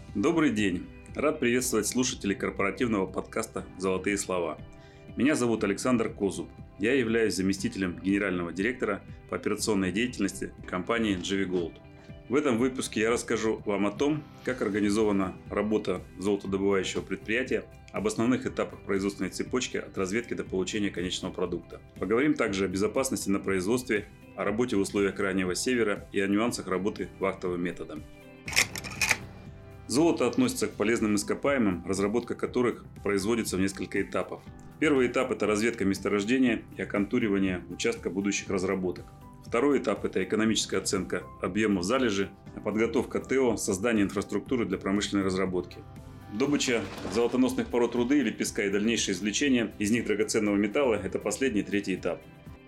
Добрый день! Рад приветствовать слушателей корпоративного подкаста «Золотые слова». Меня зовут Александр Козуб. Я являюсь заместителем генерального директора по операционной деятельности компании GV Gold. В этом выпуске я расскажу вам о том, как организована работа золотодобывающего предприятия, об основных этапах производственной цепочки от разведки до получения конечного продукта. Поговорим также о безопасности на производстве, о работе в условиях Крайнего Севера и о нюансах работы вахтовым методом. Золото относится к полезным ископаемым, разработка которых производится в несколько этапов. Первый этап – это разведка месторождения и оконтуривание участка будущих разработок. Второй этап – это экономическая оценка объемов залежи, подготовка ТЭО, создание инфраструктуры для промышленной разработки. Добыча золотоносных пород руды или песка и дальнейшее извлечение из них драгоценного металла – это последний, третий этап.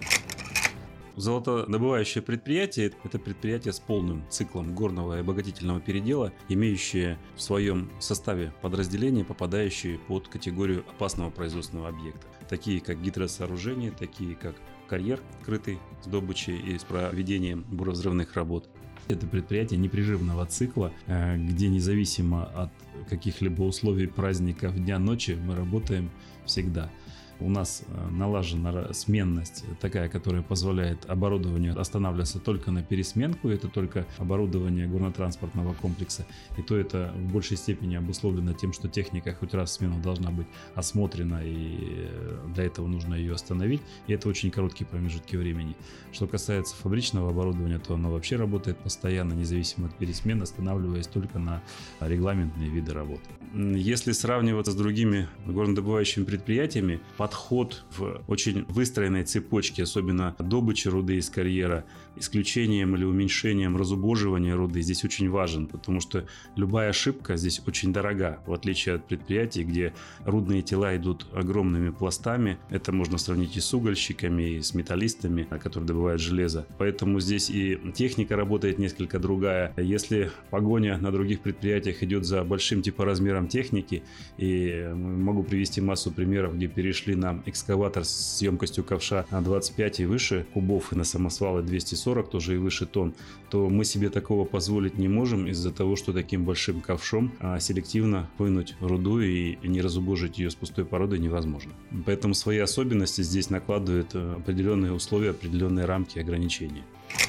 Золотодобывающее предприятие – это предприятие с полным циклом горного и обогатительного передела, имеющее в своем составе подразделения, попадающие под категорию опасного производственного объекта, такие как гидросооружения, такие как карьер, крытый с добычей и с проведением буровзрывных работ. Это предприятие непрерывного цикла, где независимо от каких-либо условий праздников дня ночи мы работаем всегда. У нас налажена сменность такая, которая позволяет оборудованию останавливаться только на пересменку. Это только оборудование горно-транспортного комплекса. И то это в большей степени обусловлено тем, что техника хоть раз в смену должна быть осмотрена, и для этого нужно ее остановить. И это очень короткие промежутки времени. Что касается фабричного оборудования, то оно вообще работает постоянно, независимо от пересмен, останавливаясь только на регламентные виды работы. Если сравнивать с другими горнодобывающими предприятиями, подход в очень выстроенной цепочке, особенно добычи руды из карьера, исключением или уменьшением разубоживания руды, здесь очень важен, потому что любая ошибка здесь очень дорога, в отличие от предприятий, где рудные тела идут огромными пластами. Это можно сравнить и с угольщиками, и с металлистами, которые добывают железо. Поэтому здесь и техника работает несколько другая. Если погоня на других предприятиях идет за большим типоразмером техники, и могу привести массу примеров, где перешли на экскаватор с емкостью ковша на 25 и выше кубов, и на самосвалы 240 тоже и выше тонн, то мы себе такого позволить не можем из-за того, что таким большим ковшом селективно вынуть руду и не разубожить ее с пустой породой невозможно. Поэтому свои особенности здесь накладывают определенные условия, определенные рамки и ограничения.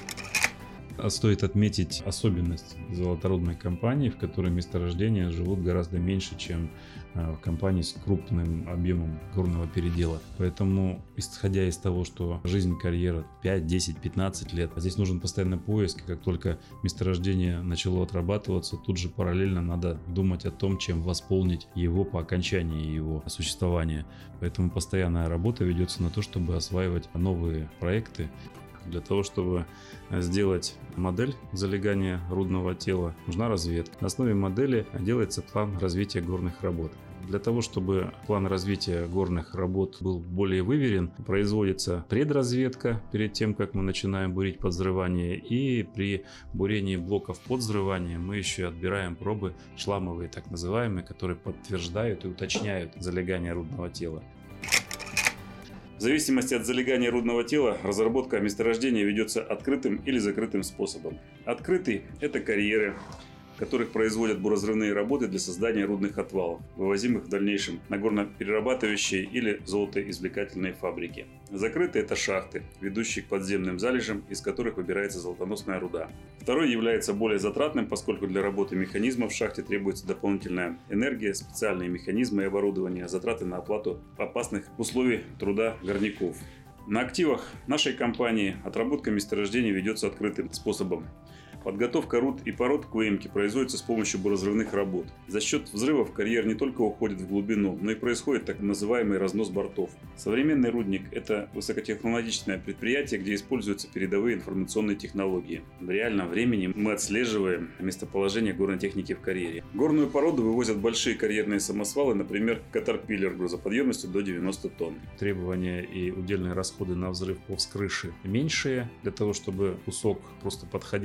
Стоит отметить особенность золоторудной компании, в которой месторождения живут гораздо меньше, чем в компании с крупным объемом горного передела. Поэтому, исходя из того, что жизнь карьера 5, 10, 15 лет, здесь нужен постоянный поиск, и как только месторождение начало отрабатываться, тут же параллельно надо думать о том, чем восполнить его по окончании его существования. Поэтому постоянная работа ведется на то, чтобы осваивать новые проекты. Для того, чтобы сделать модель залегания рудного тела, нужна разведка. На основе модели делается план развития горных работ. Для того, чтобы план развития горных работ был более выверен, производится предразведка перед тем, как мы начинаем бурить под взрывание. И при бурении блоков под взрывание мы еще отбираем пробы шламовые, так называемые, которые подтверждают и уточняют залегание рудного тела. В зависимости от залегания рудного тела, разработка месторождения ведется открытым или закрытым способом. Открытый – это карьеры, в которых производят буровзрывные работы для создания рудных отвалов, вывозимых в дальнейшем на горноперерабатывающие или золотоизвлекательные фабрики. Закрытые – это шахты, ведущие к подземным залежам, из которых выбирается золотоносная руда. Второй является более затратным, поскольку для работы механизмов в шахте требуется дополнительная энергия, специальные механизмы и оборудование, затраты на оплату опасных условий труда горняков. На активах нашей компании отработка месторождений ведется открытым способом. Подготовка руд и пород к выемке производится с помощью буровзрывных работ. За счет взрывов карьер не только уходит в глубину, но и происходит так называемый разнос бортов. Современный рудник – это высокотехнологичное предприятие, где используются передовые информационные технологии. В реальном времени мы отслеживаем местоположение горной техники в карьере. Горную породу вывозят большие карьерные самосвалы, например, Caterpillar грузоподъемностью до 90 тонн. Требования и удельные расходы на взрыв по вскрыше меньшие, для того, чтобы кусок просто подходил под тип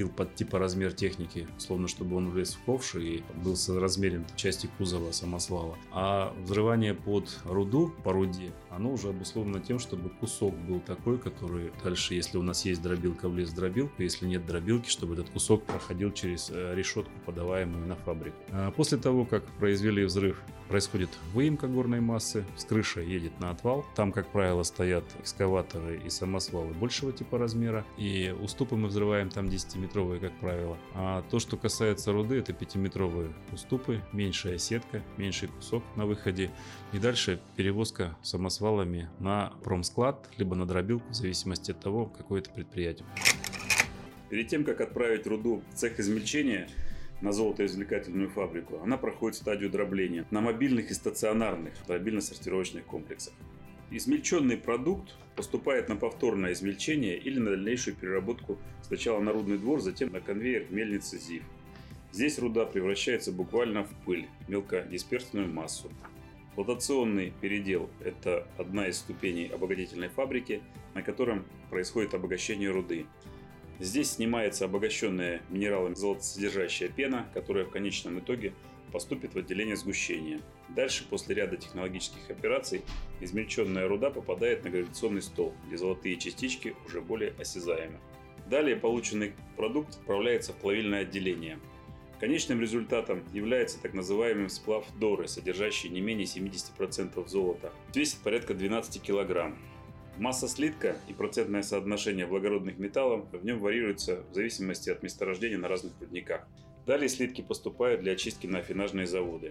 типа размер техники, словно чтобы он влез в ковш и был соразмерен части кузова самосвала. А взрывание под руду, по руде, оно уже обусловлено тем, чтобы кусок был такой, который дальше, если у нас есть дробилка, влез в дробилку, если нет дробилки, чтобы этот кусок проходил через решетку, подаваемую на фабрику. После того, как произвели взрыв, происходит выемка горной массы, с крыши едет на отвал. Там, как правило, стоят экскаваторы и самосвалы большего типа размера. И уступы мы взрываем там 10-метровые, как правило. А то, что касается руды, это 5-метровые уступы, меньшая сетка, меньший кусок на выходе. И дальше перевозка самосвалами на промсклад, либо на дробилку, в зависимости от того, какое это предприятие. Перед тем, как отправить руду в цех измельчения, на золотоизвлекательную фабрику, она проходит стадию дробления на мобильных и стационарных дробильно-сортировочных комплексах. Измельченный продукт поступает на повторное измельчение или на дальнейшую переработку сначала на рудный двор, затем на конвейер мельницы ЗИФ. Здесь руда превращается буквально в пыль, мелкодисперсную массу. Флотационный передел – это одна из ступеней обогатительной фабрики, на котором происходит обогащение руды. Здесь снимается обогащенная минералами золотосодержащая пена, которая в конечном итоге поступит в отделение сгущения. Дальше, после ряда технологических операций, измельченная руда попадает на гравитационный стол, где золотые частички уже более осязаемы. Далее полученный продукт отправляется в плавильное отделение. Конечным результатом является так называемый сплав Доры, содержащий не менее 70% золота. Весит порядка 12 кг. Масса слитка и процентное соотношение благородных металлов в нем варьируется в зависимости от месторождения на разных рудниках. Далее слитки поступают для очистки на аффинажные заводы.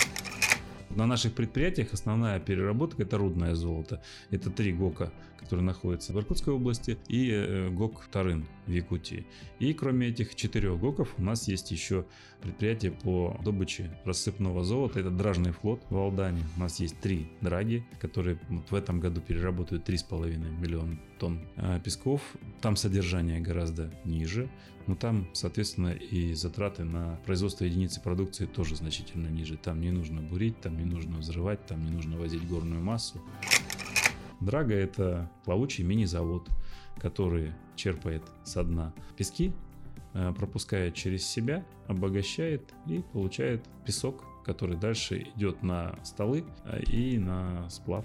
На наших предприятиях основная переработка – это рудное золото. Это 3 ГОКа, которые находятся в Иркутской области, и ГОК Тарын в Якутии. И кроме этих 4 ГОКов у нас есть еще предприятие по добыче рассыпного золота. Это Дражный флот в Алдане. У нас есть 3 драги, которые в этом году переработают 3,5 миллиона тонн песков. Там содержание гораздо ниже, но там, соответственно, и затраты на производство единицы продукции тоже значительно ниже. Там не нужно бурить, там не нужно взрывать, там не нужно возить горную массу. Драга – это плавучий мини-завод, который черпает со дна пески, пропускает через себя, обогащает и получает песок, который дальше идет на столы и на сплав.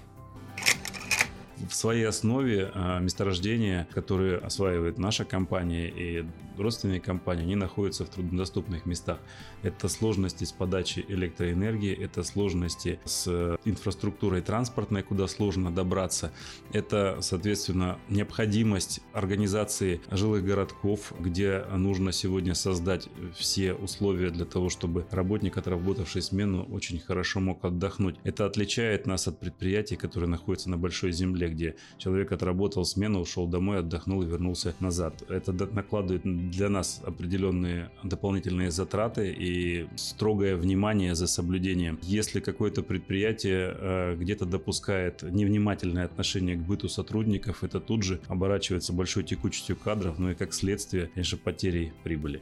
В своей основе месторождения, которые осваивает наша компания и родственные компании, они находятся в труднодоступных местах. Это сложности с подачей электроэнергии, это сложности с инфраструктурой транспортной, куда сложно добраться. Это, соответственно, необходимость организации жилых городков, где нужно сегодня создать все условия для того, чтобы работник, отработавший смену, очень хорошо мог отдохнуть. Это отличает нас от предприятий, которые находятся на большой земле, где человек отработал смену, ушел домой, отдохнул и вернулся назад. Это накладывает для нас определенные дополнительные затраты и строгое внимание за соблюдением. Если какое-то предприятие где-то допускает невнимательное отношение к быту сотрудников, это тут же оборачивается большой текучестью кадров, ну и как следствие, конечно, потерей прибыли.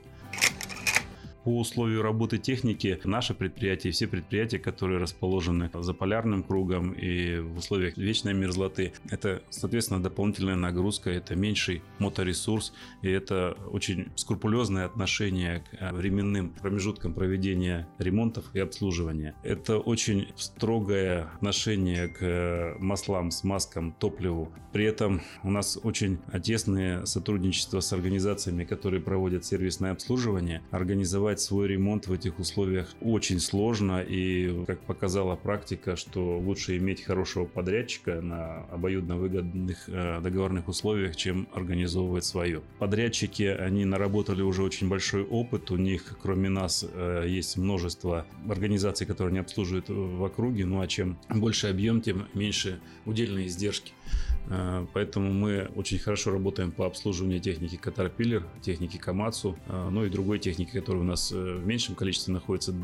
По условию работы техники, наше предприятие и все предприятия, которые расположены за полярным кругом и в условиях вечной мерзлоты, это, соответственно, дополнительная нагрузка, это меньший моторесурс, и это очень скрупулезное отношение к временным промежуткам проведения ремонтов и обслуживания. Это очень строгое отношение к маслам, смазкам, топливу. При этом у нас очень тесное сотрудничество с организациями, которые проводят сервисное обслуживание. Организовать свой ремонт в этих условиях очень сложно, и, как показала практика, что лучше иметь хорошего подрядчика на обоюдно выгодных договорных условиях, чем организовывать свое. Подрядчики, они наработали уже очень большой опыт, у них, кроме нас, есть множество организаций, которые они обслуживают в округе, ну а чем больше объем, тем меньше удельные издержки. Поэтому мы очень хорошо работаем по обслуживанию техники Caterpillar, техники Komatsu, ну и другой техники, которая у нас в меньшем количестве находится.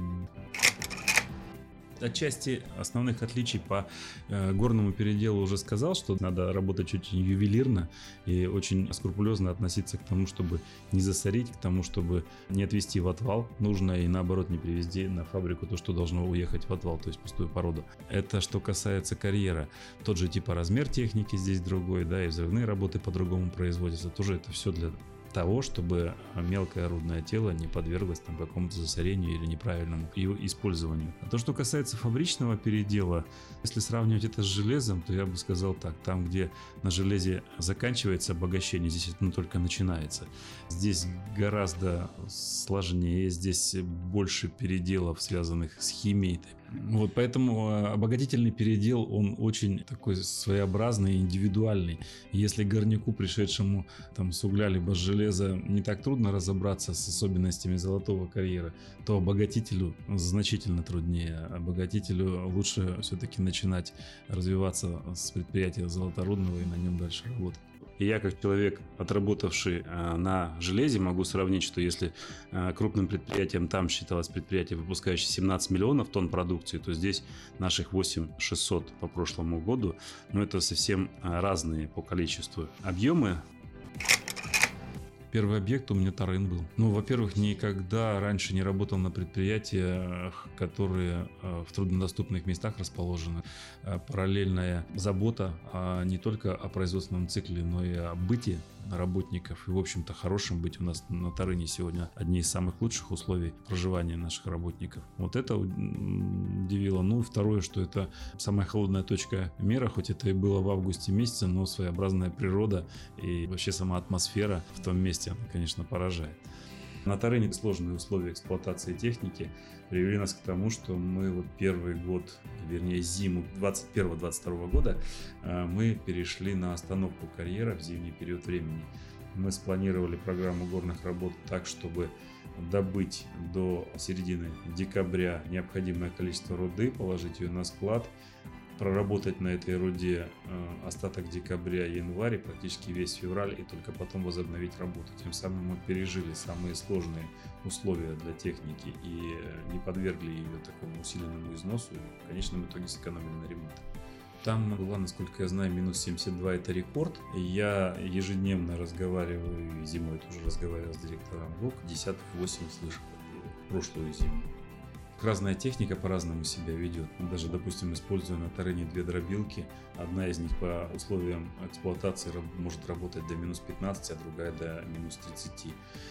Отчасти основных отличий по горному переделу уже сказал, что надо работать очень ювелирно и очень скрупулезно относиться к тому, чтобы не засорить, к тому, чтобы не отвезти в отвал нужно и наоборот не привезти на фабрику то, что должно уехать в отвал, то есть пустую породу. Это что касается карьера. Тот же типа размер техники здесь другой, да, и взрывные работы по-другому производятся. Тоже это все для того, чтобы мелкое рудное тело не подверглось там какому-то засорению или неправильному его использованию. А то, что касается фабричного передела, если сравнивать это с железом, то я бы сказал так: там, где на железе заканчивается обогащение, здесь это только начинается. Здесь гораздо сложнее, здесь больше переделов, связанных с химией. Вот, поэтому обогатительный передел, он очень такой своеобразный, индивидуальный. Если горняку, пришедшему там с угля либо с железа, не так трудно разобраться с особенностями золотого карьера, то обогатителю значительно труднее. Обогатителю лучше все-таки начинать развиваться с предприятия золоторудного и на нем дальше работать. И я, как человек, отработавший на железе, могу сравнить, что если крупным предприятием там считалось предприятие, выпускающее 17 миллионов тонн продукции, то здесь наших 8600 по прошлому году. Но это совсем разные по количеству объемы. Первый объект у меня Тарын был. Во-первых, никогда раньше не работал на предприятиях, которые в труднодоступных местах расположены. Параллельная забота не только о производственном цикле, но и о быте работников. И, в общем-то, хорошим быть. У нас на Тарыне сегодня одни из самых лучших условий проживания наших работников. Вот это удивило. И второе, что это самая холодная точка мира, хоть это и было в августе месяце, но своеобразная природа и вообще сама атмосфера в том месте, она, конечно, поражает. На Тарыне сложные условия эксплуатации техники привели нас к тому, что мы первый год, вернее зиму 2021-2022 года, мы перешли на остановку карьера в зимний период времени. Мы спланировали программу горных работ так, чтобы добыть до середины декабря необходимое количество руды, положить ее на склад, проработать на этой руде остаток декабря и января, практически весь февраль, и только потом возобновить работу. Тем самым мы пережили самые сложные условия для техники и не подвергли ее такому усиленному износу, и в конечном итоге сэкономили на ремонте. Там была, насколько я знаю, минус 72 – это рекорд. Я ежедневно разговариваю, и зимой тоже разговаривал с директором ВОК, десяток 8 слышал прошлую зиму. Разная техника по-разному себя ведет. Мы даже, допустим, используя на Тарыне 2 дробилки. Одна из них по условиям эксплуатации может работать до минус 15, а другая до минус 30.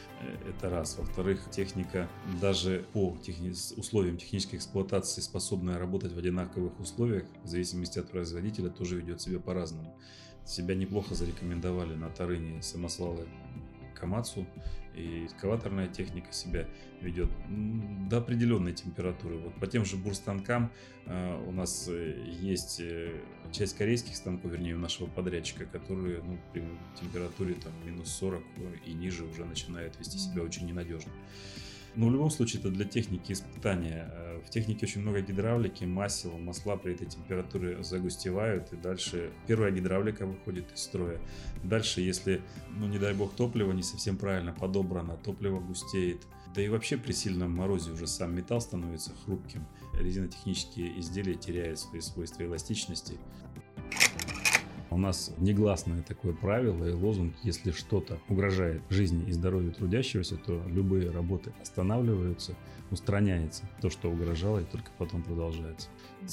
Это раз. Во-вторых, техника даже по условиям технической эксплуатации, способная работать в одинаковых условиях, в зависимости от производителя, тоже ведет себя по-разному. Себя неплохо зарекомендовали на Тарыне самосвалы Камацу, и экскаваторная техника себя ведет до определенной температуры. Вот по тем же бурстанкам у нас есть часть корейских станков, вернее, у нашего подрядчика, которые при температуре минус 40 и ниже уже начинают вести себя очень ненадежно. Но в любом случае это для техники испытания. В технике очень много гидравлики, масел, масла при этой температуре загустевают, и дальше первая гидравлика выходит из строя. Дальше, если, не дай бог, топливо не совсем правильно подобрано, топливо густеет. Да и вообще при сильном морозе уже сам металл становится хрупким. Резинотехнические изделия теряют свои свойства эластичности. У нас негласное такое правило и лозунг: если что-то угрожает жизни и здоровью трудящегося, то любые работы останавливаются, устраняется то, что угрожало, и только потом продолжается.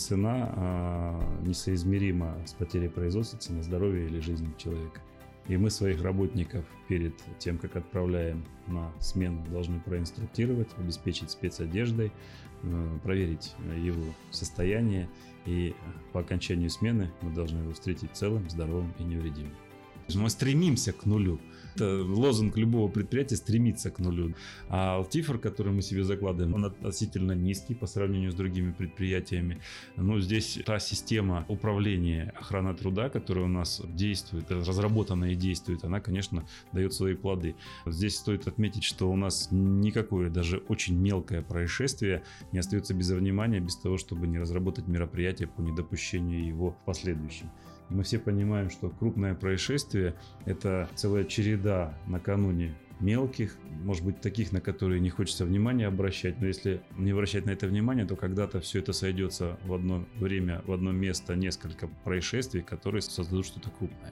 Цена несоизмерима с потерей производства, цена здоровья или жизни человека. И мы своих работников перед тем, как отправляем на смену, должны проинструктировать, обеспечить спецодеждой, проверить его состояние, и по окончанию смены мы должны его встретить целым, здоровым и невредимым. Мы стремимся к нулю. Это лозунг любого предприятия — стремиться к нулю. А алтифр, который мы себе закладываем, он относительно низкий по сравнению с другими предприятиями. Но здесь та система управления охраны труда, которая у нас действует, разработана и действует, она, конечно, дает свои плоды. Здесь стоит отметить, что у нас никакое, даже очень мелкое происшествие не остается без внимания, без того, чтобы не разработать мероприятие по недопущению его в последующем. Мы все понимаем, что крупное происшествие – это целая череда накануне мелких, может быть, таких, на которые не хочется внимания обращать, но если не обращать на это внимание, то когда-то все это сойдется в одно время, в одно место, несколько происшествий, которые создадут что-то крупное.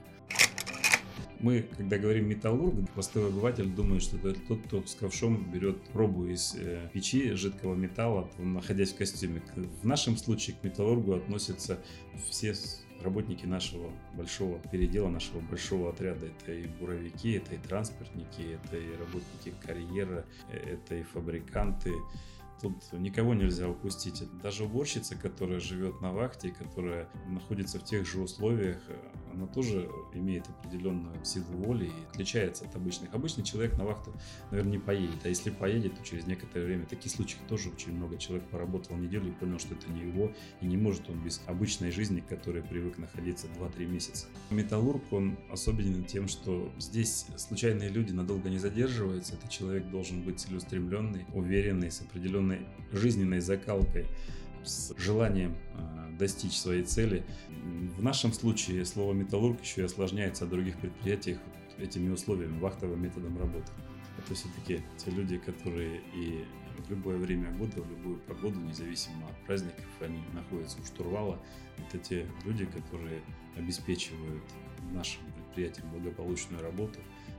Мы, когда говорим металлург, простой обыватель думает, что это тот, кто с ковшом берет пробу из печи жидкого металла, находясь в костюме. В нашем случае к металлургу относятся все работники нашего большого передела, нашего большого отряда. Это и буровики, это и транспортники, это и работники карьера, это и фабриканты. Тут никого нельзя упустить. Даже уборщица, которая живет на вахте, которая находится в тех же условиях, она тоже имеет определенную силу воли и отличается от обычных. Обычный человек на вахту, наверное, не поедет. А если поедет, то через некоторое время, таких случаев тоже очень много. Человек поработал неделю и понял, что это не его, и не может он без обычной жизни, к которой привык находиться 2-3 месяца. Металлург, он особенен тем, что здесь случайные люди надолго не задерживаются. Этот человек должен быть целеустремленный, уверенный, с определенной жизненной закалкой, с желанием достичь своей цели. В нашем случае слово «металлург» еще и осложняется от других предприятий этими условиями, вахтовым методом работы. Это все-таки те люди, которые и в любое время года, в любую погоду, независимо от праздников, они находятся у штурвала. Это те люди, которые обеспечивают нашим предприятиям благополучную работу,